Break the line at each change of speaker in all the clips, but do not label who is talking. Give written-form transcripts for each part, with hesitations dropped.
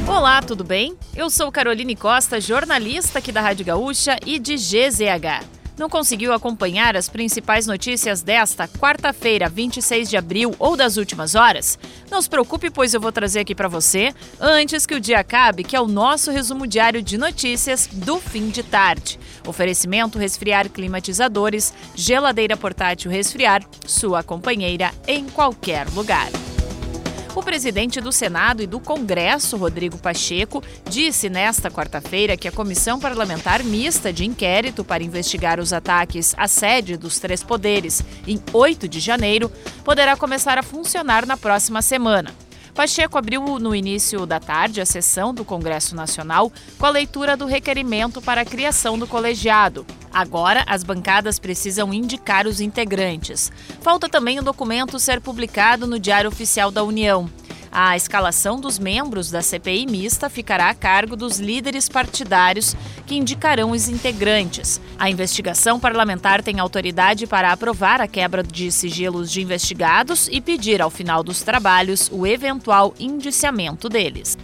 Olá, tudo bem? Eu sou Caroline Costa, jornalista aqui da Rádio Gaúcha e de GZH. Não conseguiu acompanhar as principais notícias desta quarta-feira, 26 de abril ou das últimas horas? Não se preocupe, pois eu vou trazer aqui para você, antes que o dia acabe, que é o nosso resumo diário de notícias do fim de tarde. Oferecimento Resfriar Climatizadores, geladeira portátil Resfriar, sua companheira em qualquer lugar. O presidente do Senado e do Congresso, Rodrigo Pacheco, disse nesta quarta-feira que a Comissão Parlamentar Mista de Inquérito para investigar os ataques à sede dos três poderes em 8 de janeiro poderá começar a funcionar na próxima semana. Pacheco abriu no início da tarde a sessão do Congresso Nacional com a leitura do requerimento para a criação do colegiado. Agora, as bancadas precisam indicar os integrantes. Falta também o documento ser publicado no Diário Oficial da União. A escalação dos membros da CPI mista ficará a cargo dos líderes partidários que indicarão os integrantes. A investigação parlamentar tem autoridade para aprovar a quebra de sigilos de investigados e pedir, ao final dos trabalhos, o eventual indiciamento deles.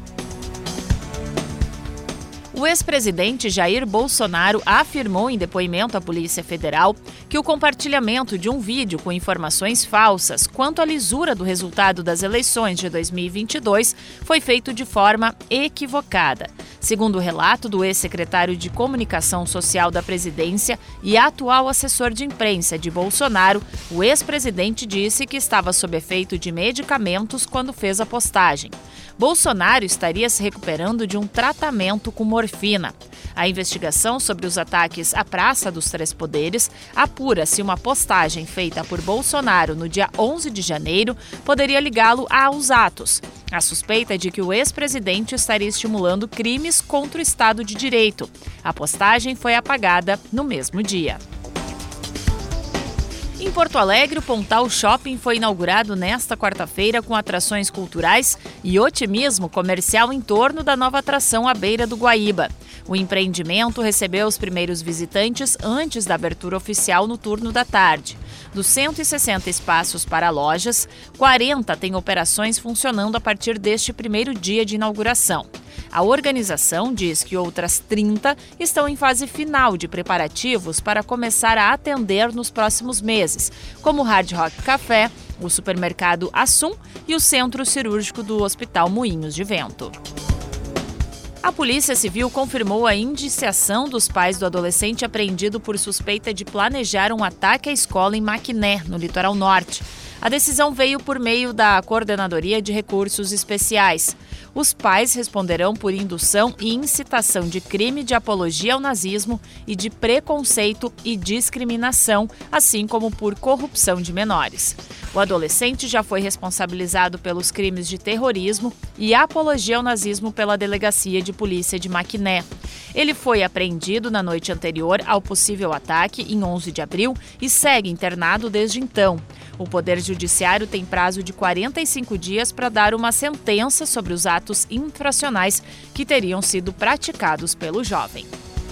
O ex-presidente Jair Bolsonaro afirmou em depoimento à Polícia Federal que o compartilhamento de um vídeo com informações falsas quanto à lisura do resultado das eleições de 2022 foi feito de forma equivocada. Segundo o relato do ex-secretário de Comunicação Social da Presidência e atual assessor de imprensa de Bolsonaro, o ex-presidente disse que estava sob efeito de medicamentos quando fez a postagem. Bolsonaro estaria se recuperando de um tratamento com morfina. A investigação sobre os ataques à Praça dos Três Poderes apura se uma postagem feita por Bolsonaro no dia 11 de janeiro poderia ligá-lo aos atos. A suspeita é de que o ex-presidente estaria estimulando crimes contra o Estado de Direito. A postagem foi apagada no mesmo dia. Em Porto Alegre, o Pontal Shopping foi inaugurado nesta quarta-feira com atrações culturais e otimismo comercial em torno da nova atração à beira do Guaíba. O empreendimento recebeu os primeiros visitantes antes da abertura oficial no turno da tarde. Dos 160 espaços para lojas, 40 têm operações funcionando a partir deste primeiro dia de inauguração. A organização diz que outras 30 estão em fase final de preparativos para começar a atender nos próximos meses, como o Hard Rock Café, o supermercado Assum e o centro cirúrgico do Hospital Moinhos de Vento. A Polícia Civil confirmou a indiciação dos pais do adolescente apreendido por suspeita de planejar um ataque à escola em Maquiné, no litoral norte. A decisão veio por meio da Coordenadoria de Recursos Especiais. Os pais responderão por indução e incitação de crime de apologia ao nazismo e de preconceito e discriminação, assim como por corrupção de menores. O adolescente já foi responsabilizado pelos crimes de terrorismo e apologia ao nazismo pela Delegacia de Polícia de Maquiné. Ele foi apreendido na noite anterior ao possível ataque, em 11 de abril, e segue internado desde então. O Poder Judiciário tem prazo de 45 dias para dar uma sentença sobre os atos infracionais que teriam sido praticados pelo jovem.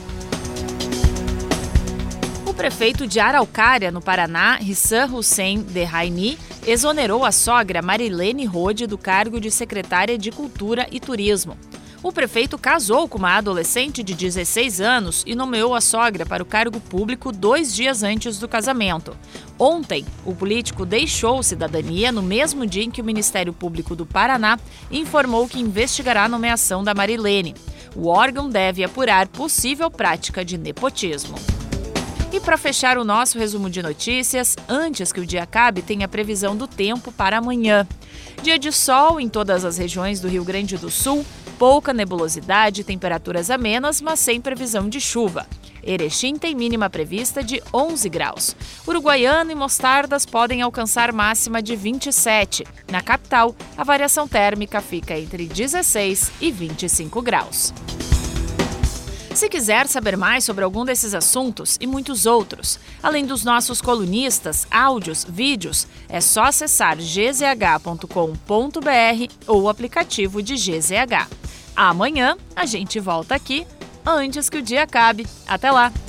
O prefeito de Araucária, no Paraná, Rissam Hussein Derraini, exonerou a sogra Marilene Rode do cargo de secretária de Cultura e Turismo. O prefeito casou com uma adolescente de 16 anos e nomeou a sogra para o cargo público 2 dias antes do casamento. Ontem, o político deixou cidadania no mesmo dia em que o Ministério Público do Paraná informou que investigará a nomeação da Marilene. O órgão deve apurar possível prática de nepotismo. E para fechar o nosso resumo de notícias, antes que o dia acabe, tem a previsão do tempo para amanhã. Dia de sol em todas as regiões do Rio Grande do Sul, pouca nebulosidade, temperaturas amenas, mas sem previsão de chuva. Erechim tem mínima prevista de 11 graus. Uruguaiana e Mostardas podem alcançar máxima de 27. Na capital, a variação térmica fica entre 16 e 25 graus. Se quiser saber mais sobre algum desses assuntos e muitos outros, além dos nossos colunistas, áudios, vídeos, é só acessar gzh.com.br ou o aplicativo de GZH. Amanhã a gente volta aqui antes que o dia acabe. Até lá!